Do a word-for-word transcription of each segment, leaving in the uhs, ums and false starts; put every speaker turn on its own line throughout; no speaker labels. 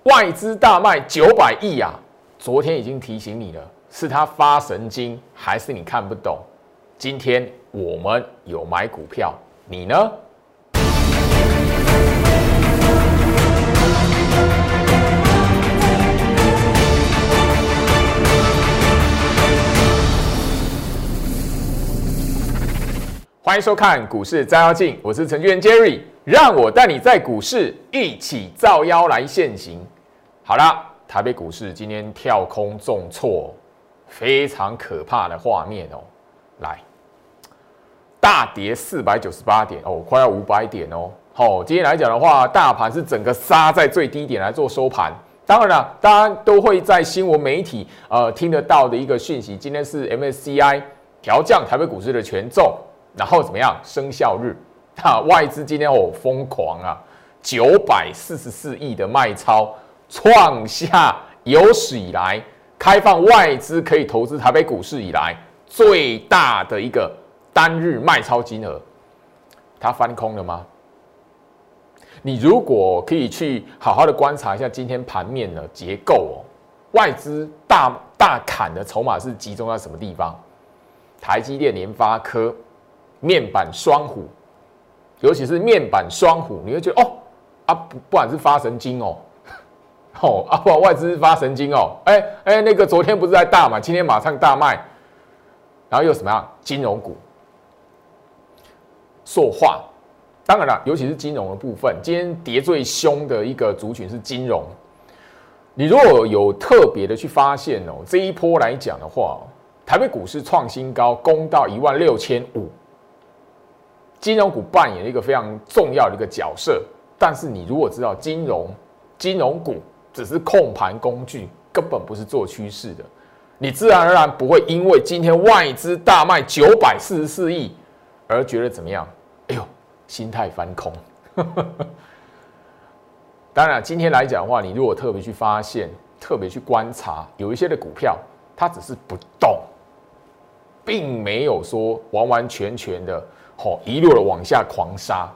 外资大卖九百亿啊！昨天已经提醒你了，是他发神经，还是你看不懂？今天我们有买股票，你呢？欢迎收看股市照妖镜，我是程序员 Jerry， 让我带你在股市一起照妖来现行。好啦，台北股市今天跳空重挫，非常可怕的画面哦。来，大跌四百九十八点哦，快要五百点哦。好、哦，今天来讲的话，大盘是整个杀在最低点来做收盘。当然了，大家都会在新闻媒体呃听得到的一个讯息，今天是 M S C I 调降台北股市的权重。然后怎么样？生效日，啊，外资今天哦疯狂啊，九百四十四亿的卖超，创下有史以来开放外资可以投资台北股市以来最大的一个单日卖超金额。它翻空了吗？你如果可以去好好的观察一下今天盘面的结构哦，外资大大砍的筹码是集中在什么地方？台积电、联发科。面板双虎，尤其是面板双虎，你会觉得哦啊，不不然是发神经哦，哦啊，不然外资是发神经哦，哎、欸、哎、欸，那个昨天不是在大买，今天马上大卖，然后又什么样？金融股、塑化，当然了，尤其是金融的部分，今天跌最凶的一个族群是金融。你如果有特别的去发现哦，这一波来讲的话，台北股市创新高，攻到一万六千五。金融股扮演一个非常重要的一个角色，但是你如果知道金融金融股只是控盘工具，根本不是做趋势的，你自然而然不会因为今天外资大卖九百四十四亿而觉得怎么样？哎呦，心态翻空。当然，今天来讲的话，你如果特别去发现、特别去观察，有一些的股票它只是不动，并没有说完完全全的。哦，一路的往下狂杀，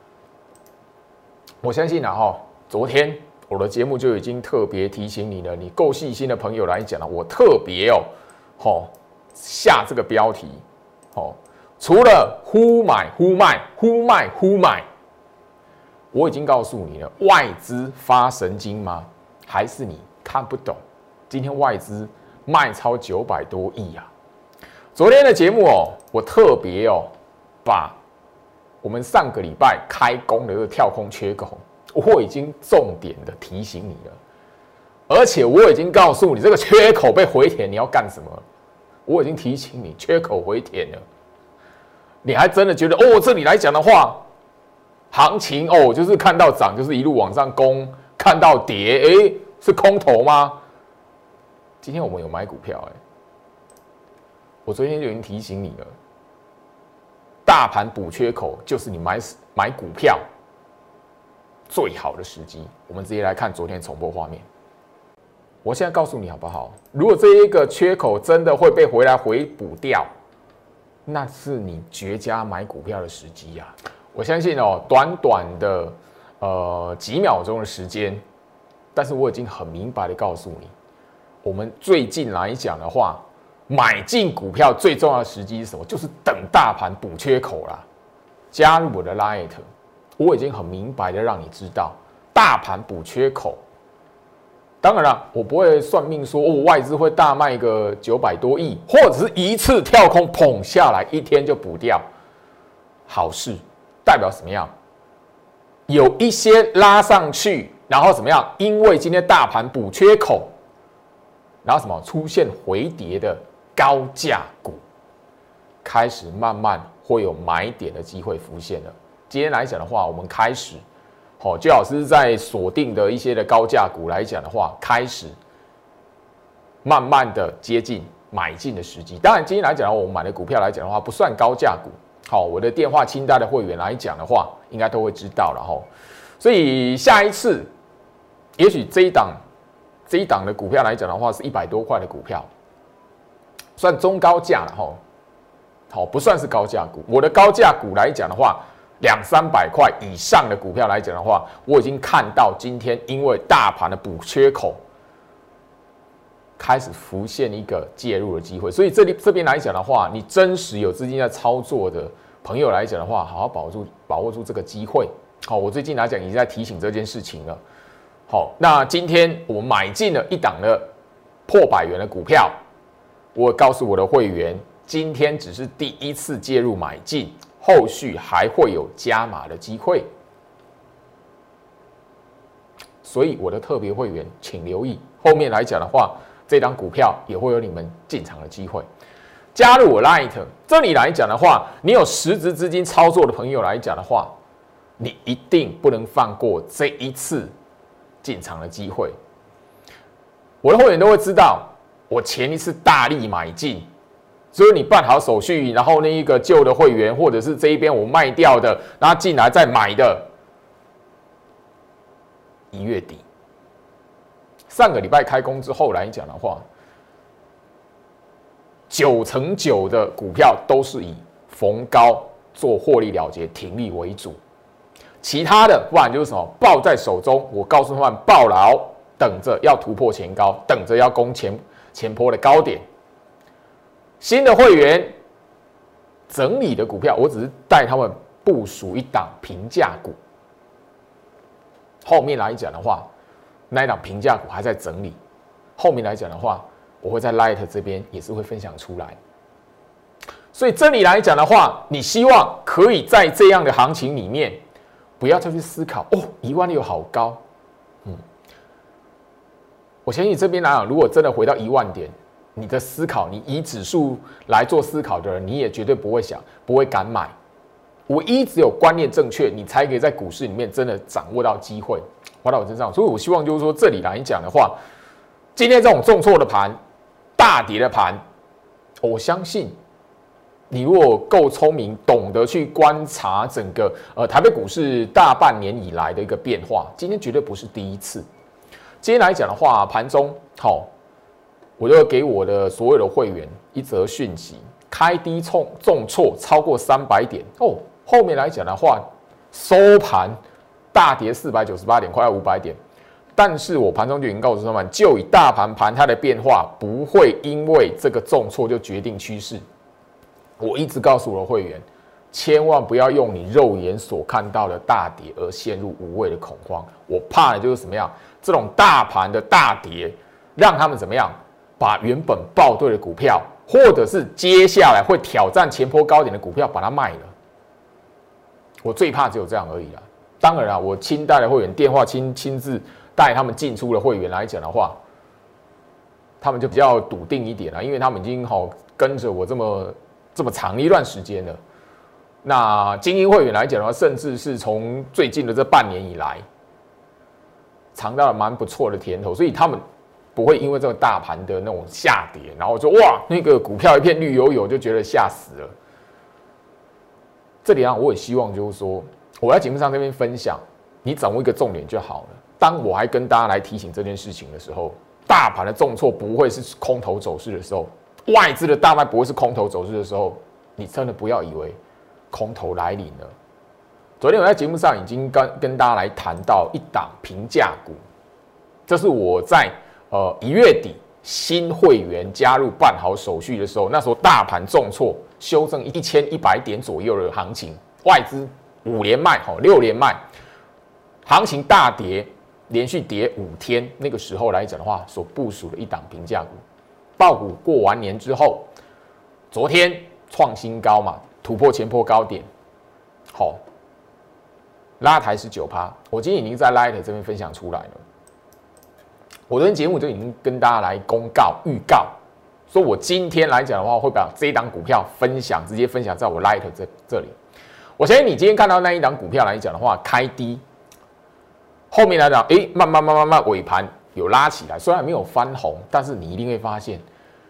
我相信啊，哈，昨天我的节目就已经特别提醒你了。你够细心的朋友来讲呢，我特别哦，哦下这个标题，哦，除了忽买忽卖、忽卖忽买，我已经告诉你了，外资发神经吗？还是你看不懂？今天外资卖超九百多亿啊！昨天的节目哦，我特别哦。把我们上个礼拜开工的这个跳空缺口，我已经重点的提醒你了，而且我已经告诉你这个缺口被回填你要干什么，我已经提醒你缺口回填了，你还真的觉得哦，这里来讲的话，行情哦就是看到涨就是一路往上攻，看到跌哎、欸、是空头吗？今天我们有买股票哎、欸，我昨天就已经提醒你了。大盘补缺口就是你买买股票最好的时机。我们直接来看昨天重播画面。我现在告诉你好不好？如果这一个缺口真的会被回来回补掉，那是你绝佳买股票的时机呀、啊！我相信哦，短短的呃几秒钟的时间，但是我已经很明白的告诉你，我们最近来讲的话。买进股票最重要的时机是什么？就是等大盘补缺口啦。加入我的 Line， 我已经很明白的让你知道，大盘补缺口。当然了，我不会算命说哦，外资会大卖个九百多亿，或者是一次跳空捧下来，一天就补掉。好事代表什么样？有一些拉上去，然后怎么样？因为今天大盘补缺口，然后什么出现回跌的。高价股开始慢慢会有买点的机会浮现了。今天来讲的话，我们开始，好，最好是在锁定的一些的高价股来讲的话，开始慢慢的接近买进的时机。当然，今天来讲，我们买的股票来讲的话，不算高价股。好，我的电话清单的会员来讲的话，应该都会知道了哈。所以下一次，也许这一档这一档的股票来讲的话，是一百多块的股票。算中高价了哈，好不算是高价股。我的高价股来讲的话， 两三百块以上的股票来讲的话，我已经看到今天因为大盘的补缺口，开始浮现一个介入的机会。所以这里这边来讲的话，你真实有资金在操作的朋友来讲的话，好好把握住把握住这个机会。好，我最近来讲已经在提醒这件事情了。好，那今天我买进了一档的破百元的股票，我告诉我的会员，今天只是第一次介入买进。后续还会有加码的机会，所以我的特别会员请留意。后面来讲的话，这张股票也会有你们进场的机会。加入我 Light， 这里来讲的话，你有实质资金操作的朋友来讲的话，你一定不能放过这一次进场的机会。我的会员都会知道，我前一次大力买进。所以你办好手续，然后那一个旧的会员，或者是这一边我卖掉的，然后进来再买的，一月底，上个礼拜开工之后来讲的话，九成九的股票都是以逢高做获利了结、停利为主，其他的不然就是什么抱在手中，我告诉他们抱牢，等着要突破前高，等着要攻前前波的高点。新的会员整理的股票，我只是带他们部署一档平价股。后面来讲的话，那一档平价股还在整理。后面来讲的话，我会在 Light 这边也是会分享出来。所以这里来讲的话，你希望可以在这样的行情里面，不要再去思考哦，一万六好高。嗯，我相信这边来讲，如果真的回到一万点。你的思考，你以指数来做思考的人，你也绝对不会想，不会敢买。唯一只有观念正确，你才可以在股市里面真的掌握到机会，花到我身上。所以我希望就是说，这里来讲的话，今天这种重挫的盘、大跌的盘，我相信你如果够聪明，懂得去观察整个呃台北股市大半年以来的一个变化，今天绝对不是第一次。今天来讲的话，盘中好。我就给我的所有的会员一则讯息，开低重重挫超过三百点哦。后面来讲的话，收盘大跌四百九十八点，快要五百点。但是我盘中就已经告诉他们，就以大盘盘态的变化，不会因为这个重挫就决定趋势。我一直告诉我的会员，千万不要用你肉眼所看到的大跌而陷入无谓的恐慌。我怕的就是什么样？这种大盘的大跌，让他们怎么样？把原本抱对的股票，或者是接下来会挑战前波高点的股票，把它卖了。我最怕只有这样而已啦。当然啦，我亲带的会员电话亲亲自带他们进出的会员来讲的话，他们就比较笃定一点啦，因为他们已经好跟着我这么这么长一段时间了。那精英会员来讲的话，甚至是从最近的这半年以来，尝到了蛮不错的甜头，所以他们。不会因为这个大盘的那种下跌，然后说哇，那个股票一片绿油油，就觉得吓死了。这里啊，我也希望就是说，我在节目上这边分享，你掌握一个重点就好了。当我还跟大家来提醒这件事情的时候，大盘的重挫不会是空头走势的时候，外资的大卖不会是空头走势的时候，你真的不要以为空头来临了。昨天我在节目上已经跟跟大家来谈到一档平价股，这是我在。呃，一月底新会员加入办好手续的时候，那时候大盘重挫，修正一千一百点左右的行情，外资五连卖，好六连卖，行情大跌，连续跌五天。那个时候来讲的话，所部署的一档平价股，爆股过完年之后，昨天创新高嘛，突破前波高点，好，拉抬 百分之十九， 我今天已经在 Light 这边分享出来了。我昨天节目就已经跟大家来公告预告，说我今天来讲的话，会把这一档股票分享，直接分享在我 Light 这这里。我相信你今天看到那一档股票来讲的话，开低，后面来讲，哎、欸，慢慢慢慢慢尾盘有拉起来，虽然没有翻红，但是你一定会发现，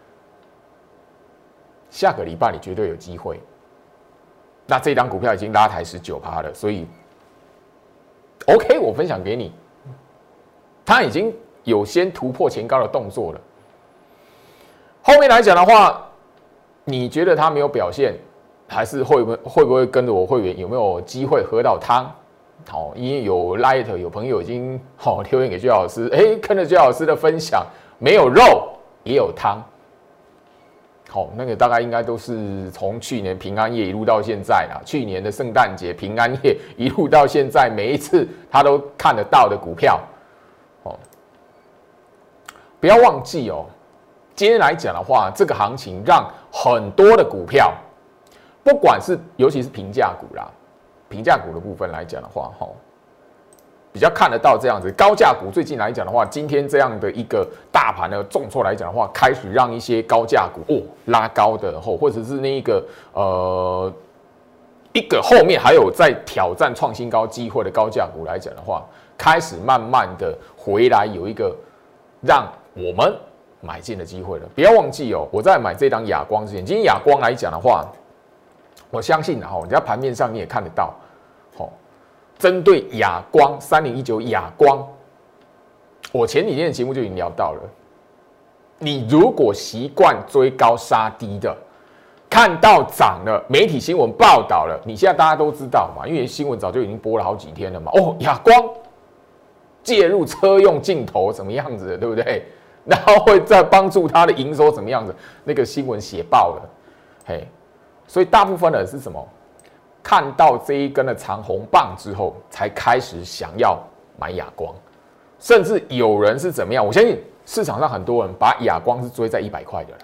下个礼拜你绝对有机会。那这一档股票已经拉抬 百分之十九 了，所以 OK， 我分享给你，它已经。有先突破前高的动作了。后面来讲的话，你觉得它没有表现， 还是会不会会不会跟着我会员有没有机会喝到汤？好，因为有 Light 有朋友已经好留言给居老师，哎、欸，跟着居老师的分享，没有肉也有汤。好，那个大概应该都是从去年平安夜一路到现在啦，去年的圣诞节平安夜一路到现在，每一次他都看得到的股票。哦，不要忘记哦，今天来讲的话，这个行情让很多的股票，不管是尤其是平价股啦，平价股的部分来讲的话，哈。比较看得到这样子，高价股最近来讲的话，今天这样的一个大盘的重挫来讲的话，开始让一些高价股哦拉高的后，或者是那一个呃一个后面还有在挑战创新高机会的高价股来讲的话，开始慢慢的回来有一个让我们买进的机会了。不要忘记哦，我在买这档亚光之前，今天亚光来讲的话，我相信哈，你在盘面上你也看得到，哦。针对亚光三零一九亚光，我前几天的节目就已经聊到了。你如果习惯追高杀低的，看到涨了，媒体新闻报道了，你现在大家都知道嘛，因为新闻早就已经播了好几天了嘛。哦，亚光介入车用镜头怎么样子的，对不对？然后会再帮助它的营收怎么样子，那个新闻写爆了，嘿，所以大部分人是什么？看到这一根的长红棒之后，才开始想要买亚光，甚至有人是怎么样？我相信市场上很多人把亚光是追在一百块的啦。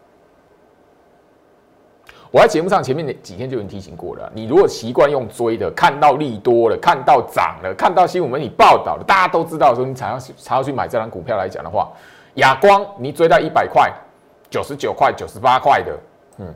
我在节目上前面几天就已经提醒过了，你如果习惯用追的，看到利多了，看到涨了，看到新闻媒体报道了，大家都知道的时候，你才要才要去买这张股票来讲的话，亚光你追到一百块、九十九块、九十八块的，嗯。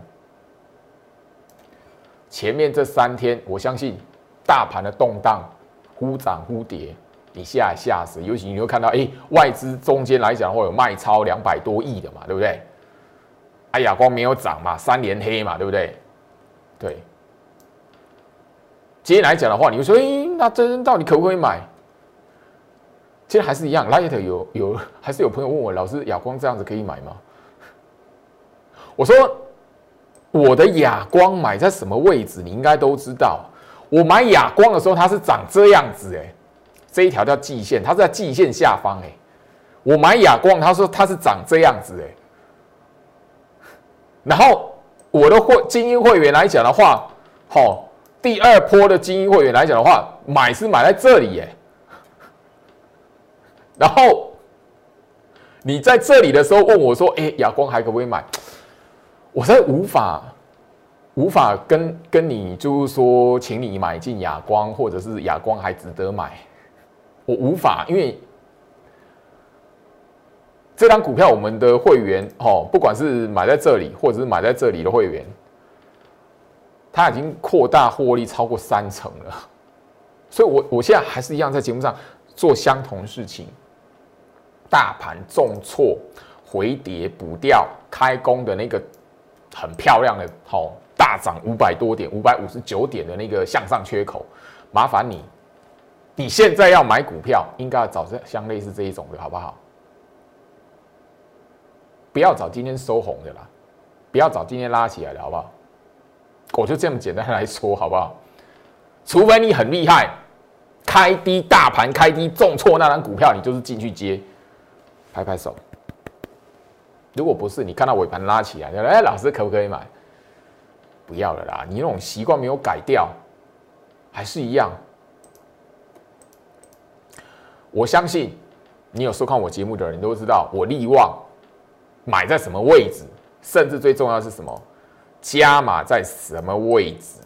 前面这三天，我相信大盘的动荡，忽涨忽跌，你吓也吓死。尤其你会看到，哎、欸，外资中间来讲会有卖超两百多亿的嘛，对不对？啊，亚光没有涨嘛，三连黑嘛，对不对？对。今天来讲的话，你会说，哎、欸，那这到底可不可以买？其实还是一样 ，Light 有有还是有朋友问我，老师，亚光这样子可以买吗？我说。我的亚光买在什么位置，你应该都知道。我买亚光的时候，它是长这样子、欸，哎，这一条叫季线，它是在季线下方、欸，哎，我买亚光，他说它是长这样子、欸，哎，然后我的会精英会员来讲的话，好，第二波的精英会员来讲的话，买是买在这里、欸，哎，然后你在这里的时候问我说，哎、欸，亚光还可不可以买？我才无法无法跟跟你就是说，请你买进亚光，或者是亚光还值得买，我无法，因为这张股票我们的会员哦，不管是买在这里，或者是买在这里的会员，他已经扩大获利超过三成了，所以我我现在还是一样在节目上做相同的事情，大盘重挫回跌补掉开工的那个。很漂亮的，好大涨五百多点，五百五十九点的那个向上缺口，麻烦你，你现在要买股票，应该要找像类似这一种的，好不好？不要找今天收红的啦，不要找今天拉起来的，好不好？我就这么简单来说，好不好？除非你很厉害，开低大盘开低重挫那张股票，你就是进去接，拍拍手。如果不是，你看到尾盘拉起来，哎，老师可不可以买？不要了啦，你那种习惯没有改掉，还是一样。我相信你有收看我节目的人，你都知道我力旺买在什么位置，甚至最重要的是什么，加码在什么位置。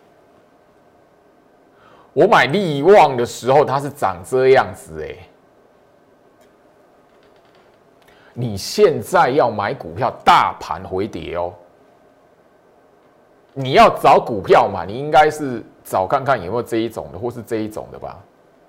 我买力旺的时候，它是长这样子、欸，哎。你现在要买股票，大盘回跌哦。你要找股票嘛，你应该是找看看有没有这一种的，或是这一种的吧。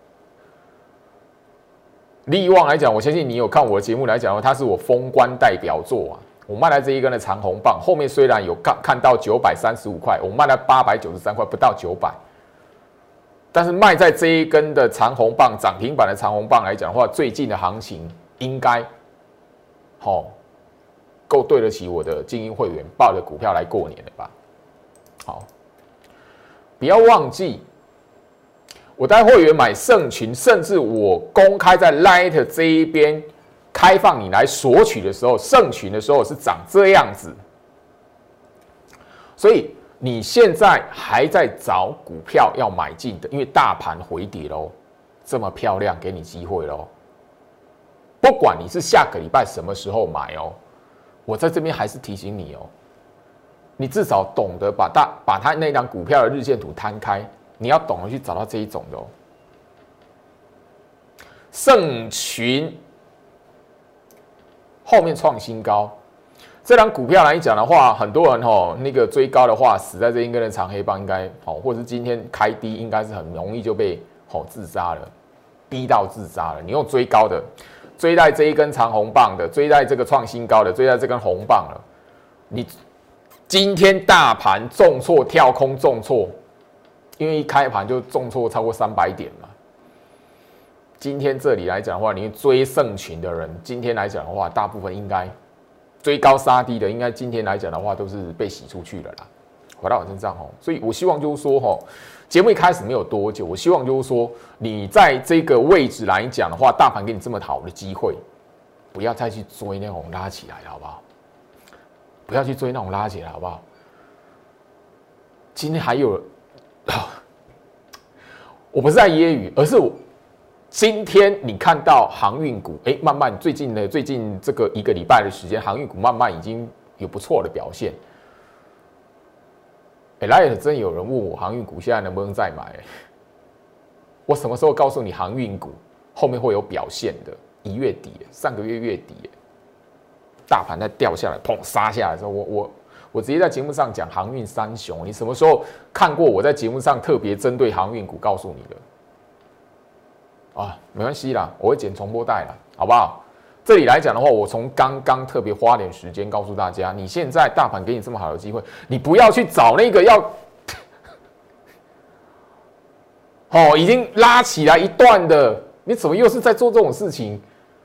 力旺来讲，我相信你有看我的节目来讲，它是我封关代表作啊。我卖来这一根的长红棒，后面虽然有看看到九百三十五块，我卖了八百九十三块，不到九百。但是卖在这一根的长红棒，涨停板的长红棒来讲的话，最近的行情应该。好，够对得起我的精英会员抱着股票来过年了吧？ 好，不要忘记，我带会员买盛群，甚至我公开在 Light 这一边开放你来索取的时候，盛群的时候是长这样子。所以你现在还在找股票要买进的，因为大盘回跌喽，这么漂亮，给你机会喽。不管你是下个礼拜什么时候买哦，我在这边还是提醒你哦，你至少懂得把大把它那张股票的日线图摊开，你要懂得去找到这一种的哦。盛群后面创新高，这张股票来讲的话，很多人哦那个追高的话，死在这一根的长黑棒，应该哦，或者是今天开低，应该是很容易就被哦自杀了，逼到自杀了。你用追高的。追在这一根长红棒的，追在这个创新高的，追在这根红棒了。你今天大盘重挫跳空重挫，因为一开盘就重挫超过三百点嘛。今天这里来讲的话，你追盛群的人，今天来讲的话，大部分应该追高杀低的，应该今天来讲的话都是被洗出去了啦。回到我身上哦，所以我希望就是说哦。节目一开始没有多久，我希望就是说，你在这个位置来讲的话，大盘给你这么好的机会，不要再去追那种拉起来，好不好？不要去追那种拉起来，好不好？今天还有，我不是在揶揄，而是我今天你看到航运股，哎，慢慢最近呢，最近这个一个礼拜的时间，航运股慢慢已经有不错的表现。哎 ，Light 真有人问我航运股现在能不能再买、欸？我什么时候告诉你航运股后面会有表现的？一月底，上个月月底，大盘在掉下来，砰杀下来的时候，我我我直接在节目上讲航运三雄。你什么时候看过我在节目上特别针对航运股告诉你的？啊，没关系啦，我会剪重播带啦，好不好？这里来讲的话，我从刚刚特别花点时间告诉大家，你现在大盘给你这么好的机会，你不要去找那个要，哦，已经拉起来一段的，你怎么又是在做这种事情？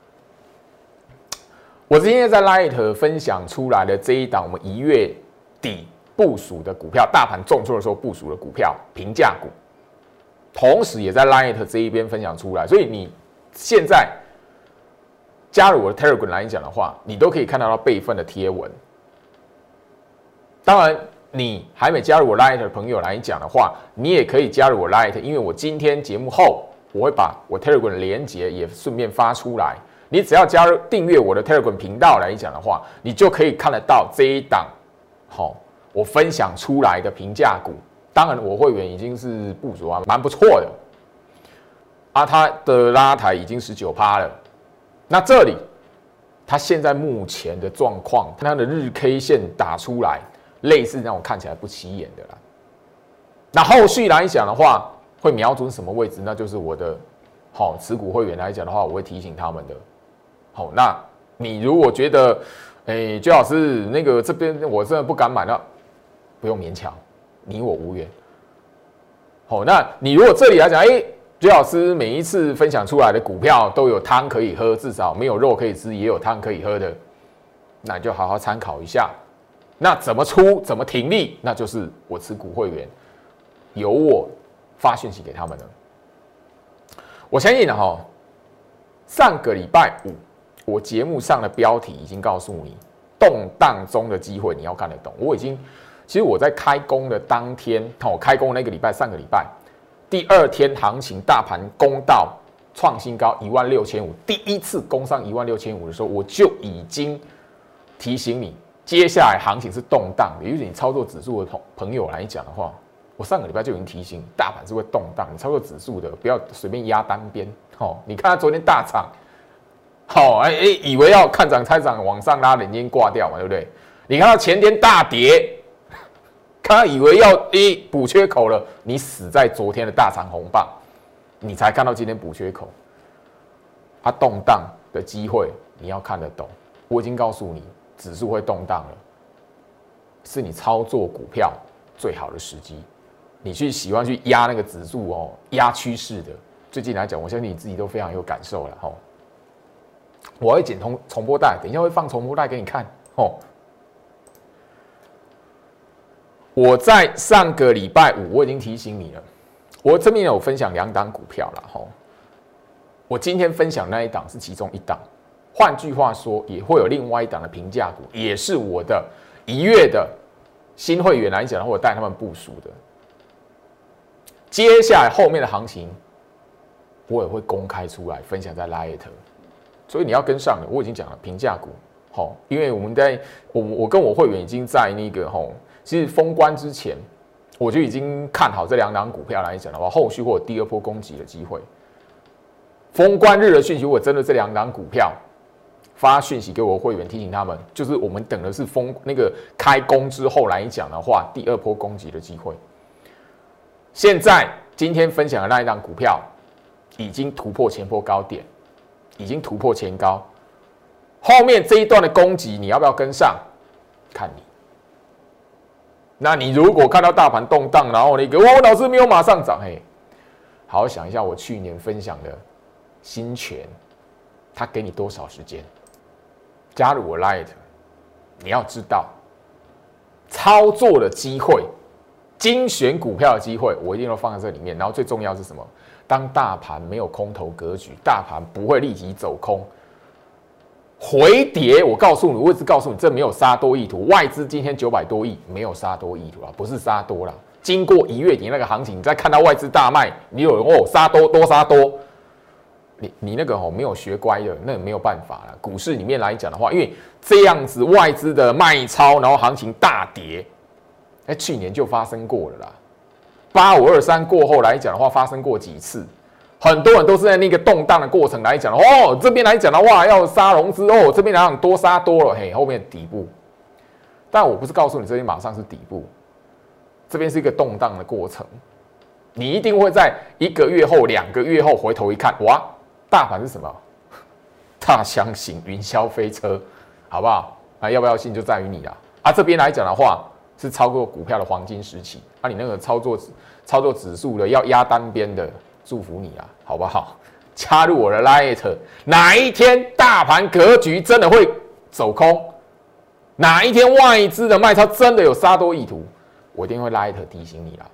我今天在 Light 分享出来的这一档，我们一月底部署的股票，大盘重挫的时候部署的股票，平价股，同时也在 Light 这一边分享出来，所以你现在。加入我的 Telegram 来讲的话，你都可以看到到备份的贴文。当然，你还没加入我 Light 的朋友来讲的话，你也可以加入我 Light， 因为我今天节目后，我会把我 Telegram 的连结也顺便发出来。你只要加入订阅我的 Telegram 频道来讲的话，你就可以看得到这一档，好、哦，我分享出来的平价股。当然，我会员已经是部署啊，蛮不错的。啊，它的拉抬已经 百分之十九 了。那这里，它现在目前的状况，它的日 K 线打出来，类似那种看起来不起眼的啦。那后续来讲的话，会瞄准什么位置？那就是我的好、哦、持股会员来讲的话，我会提醒他们的。好、哦，那你如果觉得，哎，最好是那个这边我真的不敢买，那不用勉强，你我无缘。好、哦，那你如果这里来讲，哎。最老师每一次分享出来的股票都有汤可以喝，至少没有肉可以吃，也有汤可以喝的，那你就好好参考一下。那怎么出，怎么停利，那就是我持股会员由我发讯息给他们的。我相信哈，上个礼拜五我节目上的标题已经告诉你，动荡中的机会你要看得懂。我已经，其实我在开工的当天，哦，开工那个礼拜，上个礼拜。第二天行情，大盘攻到创新高一万六千五，第一次攻上一万六千五的时候，我就已经提醒你，接下来行情是动荡的。尤其你操作指数的朋友来讲的话，我上个礼拜就已经提醒，大盘是会动荡，你操作指数的不要随便压单边。哦，你看它昨天大涨，好、哦，哎哎，以为要看涨猜涨往上拉，人间挂掉嘛，对不对？你看到前天大跌。他以为要一补缺口了，你死在昨天的大长红棒，你才看到今天补缺口。它、啊、动荡的机会你要看得懂，我已经告诉你，指数会动荡了，是你操作股票最好的时机。你去喜欢去压那个指数哦，压趋势的，最近来讲，我相信你自己都非常有感受了哦。我会剪重重播带，等一下会放重播带给你看哦。 我在上个礼拜五我已经提醒你了，我这边有分享两档股票了哈。我今天分享那一档是其中一档，换句话说，也会有另外一档的平价股，也是我的一月的新会员来讲，我带他们部署的。接下来后面的行情，我也会公开出来分享在 Light， 所以你要跟上的。我已经讲了平价股，好，因为我们在我我跟我会员已经在那个吼，其实封关之前，我就已经看好这两档股票来讲的话，后续会有第二波攻击的机会。封关日的讯息，我真的这两档股票发讯息给我会员，提醒他们，就是我们等的是封那个开工之后来讲的话，第二波攻击的机会。现在今天分享的那一档股票，已经突破前波高点，已经突破前高，后面这一段的攻击，你要不要跟上？看你。那你如果看到大盘动荡，然后那个我老师没有马上涨，嘿，好好想一下，我去年分享的新权，他给你多少时间？加入我 Light， 你要知道操作的机会，精选股票的机会，我一定都放在这里面。然后最重要是什么？当大盘没有空头格局，大盘不会立即走空，回跌，我告诉你，我一直告诉你，这没有杀多意图。外资今天九百多亿，没有杀多意图啊，不是杀多啦。经过一月底那个行情，你再看到外资大卖，你有人哦杀多多杀多。你, 你那个哦没有学乖的，那没有办法了。股市里面来讲的话，因为这样子外资的卖超，然后行情大跌，哎，去年就发生过了啦。八五二三过后来讲的话，发生过几次，很多人都是在那个动荡的过程来讲哦，这边来讲的话要杀融资哦，这边来讲多杀多了，嘿，后面底部。但我不是告诉你这边马上是底部，这边是一个动荡的过程，你一定会在一个月后、两个月后回头一看，哇！大盘是什么？大箱型云霄飞车，好不好？啊，要不要信就在于你啦。啊，这边来讲的话，是超过股票的黄金时期。啊，你那个操作操作指数的要压单边的，祝福你啊，好不好？加入我的 Light， 哪一天大盘格局真的会走空？哪一天外资的卖超真的有杀多意图？我一定会 Light 提醒你啦。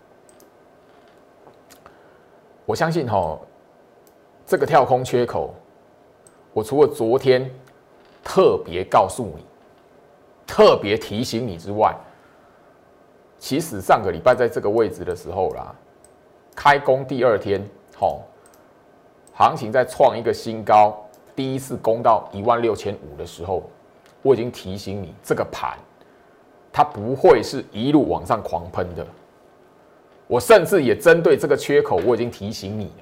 我相信吼。这个跳空缺口，我除了昨天特别告诉你、特别提醒你之外，其实上个礼拜在这个位置的时候啦，开工第二天，吼，行情在创一个新高，第一次攻到一万六千五的时候，我已经提醒你，这个盘它不会是一路往上狂喷的。我甚至也针对这个缺口，我已经提醒你了。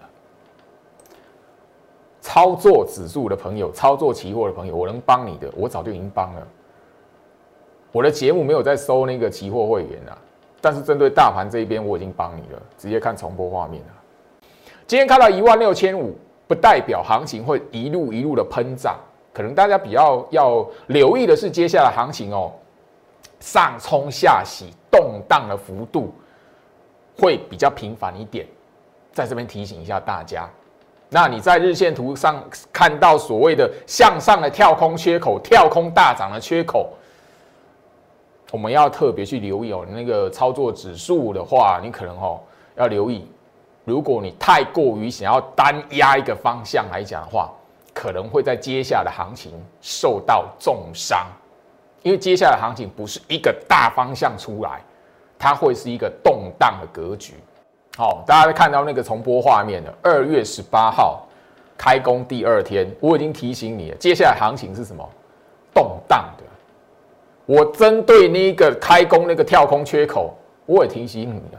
操作指数的朋友，操作期货的朋友，我能帮你的，我早就已经帮了。我的节目没有在收那个期货会员啊，但是针对大盘这一边，我已经帮你了。直接看重播画面啊。今天看到一万六千五，不代表行情会一路一路的喷涨，可能大家比较要留意的是接下来行情哦，上冲下洗，动荡的幅度会比较频繁一点，在这边提醒一下大家。那你在日线图上看到所谓的向上的跳空缺口、跳空大涨的缺口，我们要特别去留意哦。那个操作指数的话，你可能哦要留意，如果你太过于想要单压一个方向来讲的话，可能会在接下来的行情受到重伤，因为接下来的行情不是一个大方向出来，它会是一个动荡的格局。好，大家看到那个重播画面了。二月十八号开工第二天，我已经提醒你了，接下来行情是什么？动荡的。我针对那个开工那个跳空缺口，我也提醒你了。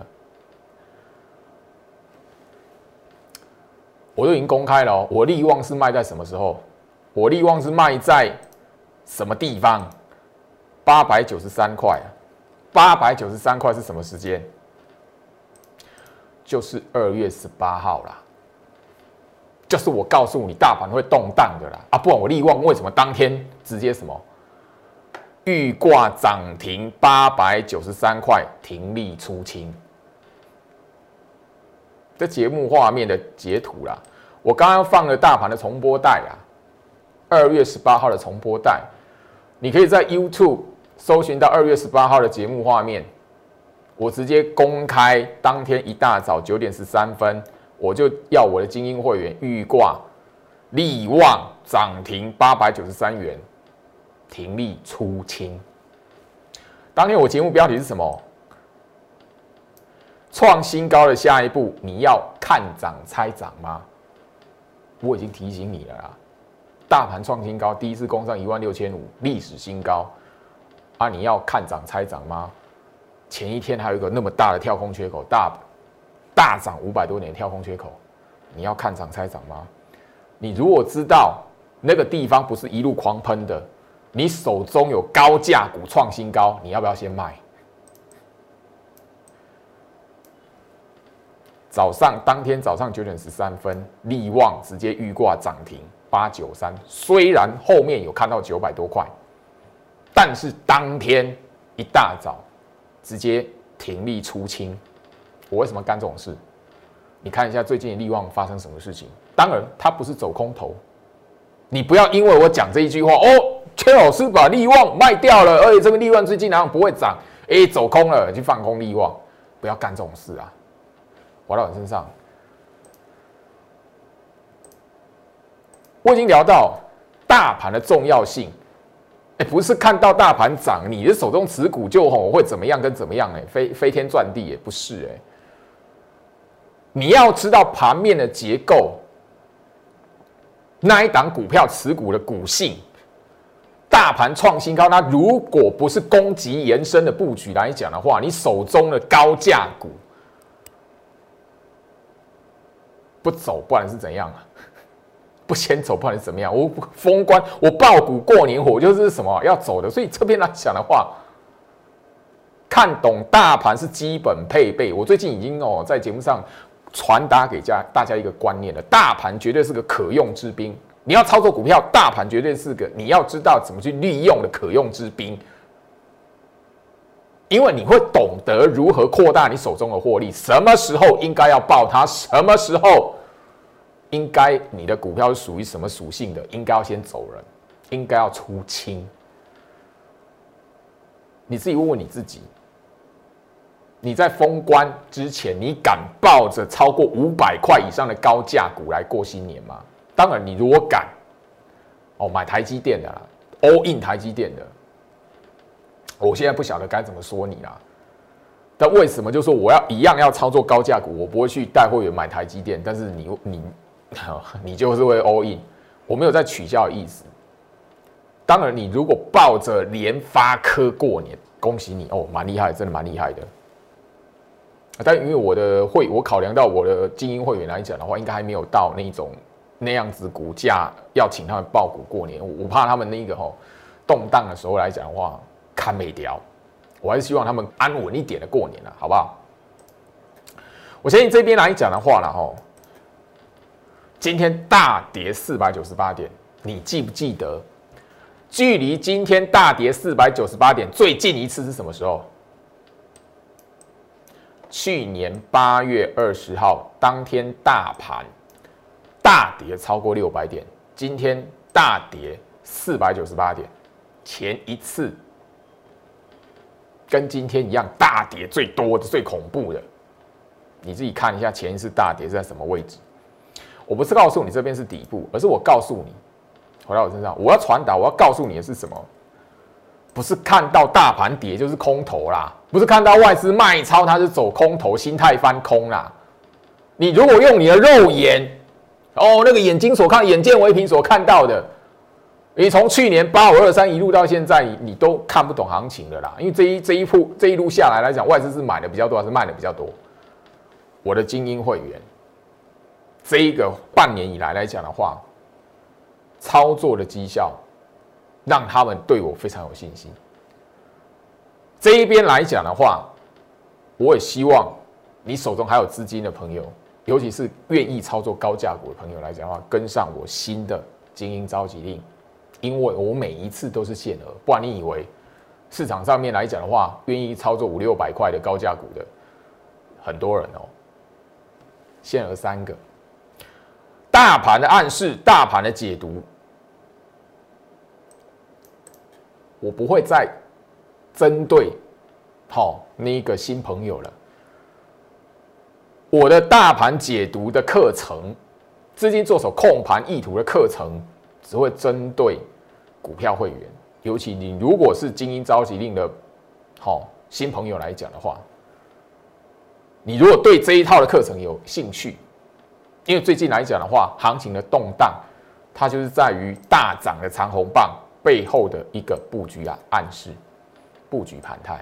我都已经公开了哦。我力旺是卖在什么时候？我力旺是卖在什么地方？八百九十三块。八百九十三块是什么时间？就是二月十八号啦，就是我告诉你大盘会动荡的啦啊，不然我力旺为什么当天直接什么预挂涨停八百九十三块停利出清？这节目画面的截图啦，我刚刚放了大盘的重播带啊，二月十八号的重播带，你可以在 YouTube 搜寻到二月十八号的节目画面。 我直接公开，当天一大早九点十三分，我就要我的精英会员预挂力旺涨停八百九十三元，停利出清。当天我节目标题是什么？创新高的下一步，你要看涨猜涨吗？我已经提醒你了啦。大盘创新高，第一次攻上一万六千五，历史新高啊！你要看涨猜涨吗？前一天还有一个那么大的跳空缺口，大大涨五百多年跳空缺口，你要看涨猜涨吗？你如果知道那个地方不是一路狂喷的，你手中有高价股创新高，你要不要先卖？早上当天早上九点十三分，力旺直接预挂涨停八九三，虽然后面有看到九百多块，但是当天一大早直接停利出清。我为什么干这种事？你看一下最近的力旺发生什么事情？当然，它不是走空头。你不要因为我讲这一句话，哦，邱老师把力旺卖掉了，而且这个力旺最近好像不会涨，哎、欸，走空了，去放空力旺，不要干这种事啊！滑到你身上。我已经聊到大盘的重要性，哎、欸，不是看到大盘涨，你的手中持股就吼会怎么样跟怎么样、欸，哎，飞飞天转地，也不是哎、欸。你要知道盘面的结构，那一档股票持股的股性，大盘创新高，那如果不是攻击延伸的布局来讲的话，你手中的高价股不走，不然是怎样啊？不先走，不然是怎么样？我封关，我抱股过年，我就是什么要走的。所以这边来讲的话，看懂大盘是基本配备。我最近已经哦在节目上传达给家大家一个观念了：大盘绝对是个可用之兵。你要操作股票，大盘绝对是个你要知道怎么去利用的可用之兵。因为你会懂得如何扩大你手中的获利，什么时候应该要抱它，什么时候应该你的股票是属于什么属性的，应该要先走人，应该要出清。你自己问问你自己，你在封关之前，你敢抱着超过五百块以上的高价股来过新年吗？当然，你如果敢，哦，买台积电的啦 ，all in 台积电的。我现在不晓得该怎么说你啦，但为什么就说我要一样要操作高价股，我不会去带会员买台积电，但是你你你就是会 all in， 我没有在取笑的意思。当然，你如果抱着联发科过年，恭喜你哦，蛮厉害，真的蛮厉害的。但因为我的会，我考量到我的精英会员来讲的话，应该还没有到那种那样子股价要请他们抱股过年，我怕他们那个吼动荡的时候来讲的话。看没掉，我还是希望他们安稳一点的过年了，好不好？我相信这边来讲的话了哈，今天大跌四百九十八点，你记不记得？距离今天大跌四百九十八点最近一次是什么时候？去年八月二十号当天大盘大跌超过六百点，今天大跌四百九十八点，前一次。跟今天一样大跌最多的、最恐怖的，你自己看一下前一次大跌是在什么位置。我不是告诉你这边是底部，而是我告诉你，回到我身上，我要传达，我要告诉你的是什么？不是看到大盘跌就是空头啦，不是看到外资卖超它是走空头，心态翻空啦。你如果用你的肉眼，哦，那个眼睛所看、眼见为凭所看到的。你从去年八五二三一路到现在，你都看不懂行情了啦。因为这一这一步这一路下来来讲，外资是买的比较多还是卖的比较多？我的精英会员，这一个半年以来来讲的话，操作的绩效让他们对我非常有信心。这一边来讲的话，我也希望你手中还有资金的朋友，尤其是愿意操作高价股的朋友来讲的话，跟上我新的精英召集令。因为我每一次都是限额，不然你以为市场上面来讲的话，愿意操作五六百块的高价股的很多人哦，限额三个。大盘的暗示，大盘的解读，我不会再针对好、哦、那个新朋友了。我的大盘解读的课程，资金做手控盘意图的课程，只会针对股票会员，尤其你如果是精英召集令的好、哦、新朋友来讲的话，你如果对这一套的课程有兴趣，因为最近来讲的话，行情的动荡，它就是在于大涨的长红棒背后的一个布局啊暗示，布局盘态。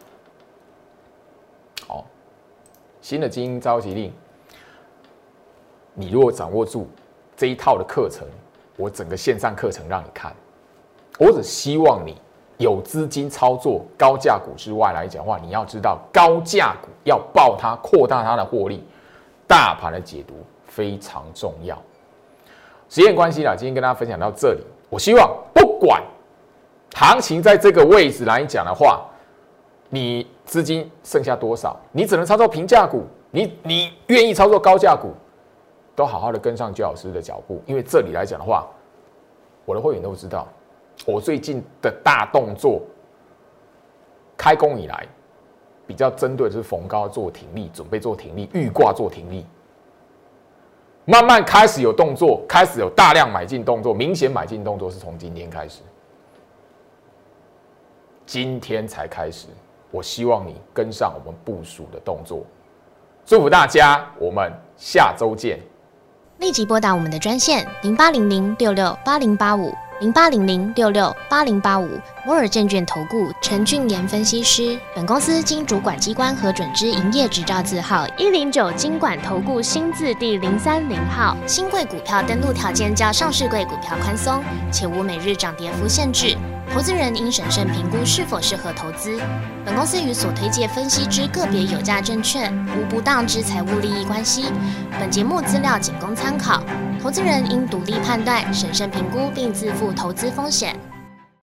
好，新的精英召集令，你如果掌握住这一套的课程，我整个线上课程让你看，我只希望你有资金操作高价股之外来讲的话，你要知道高价股要抱它，扩大它的获利，大盘的解读非常重要。时间关系啦，今天跟大家分享到这里。我希望不管行情在这个位置来讲的话，你资金剩下多少，你只能操作平价股，你你愿意操作高价股，都好好的跟上焦老师的脚步，因为这里来讲的话，我的会员都知道，我最近的大动作开工以来，比较针对的是逢高做停利，准备做停利，预挂做停利。慢慢开始有动作，开始有大量买进动作，明显买进动作是从今天开始，今天才开始。我希望你跟上我们部署的动作，祝福大家，我们下周见。
立即拨打我们的专线零八零零六六八零八五零八零零六六八零八五摩尔证券投顾陈俊言分析师。本公司经主管机关核准之营业执照字号一零九金管投顾新字第零三零号。新贵股票登录条件较上市贵股票宽松，且无每日涨跌幅限制。投资人应审慎评估是否适合投资。本公司与所推介分析之个别有价证券无不当之财务利益关系。本节目资料仅供参考，投资人应独立判断、审慎评估并自负投资风险。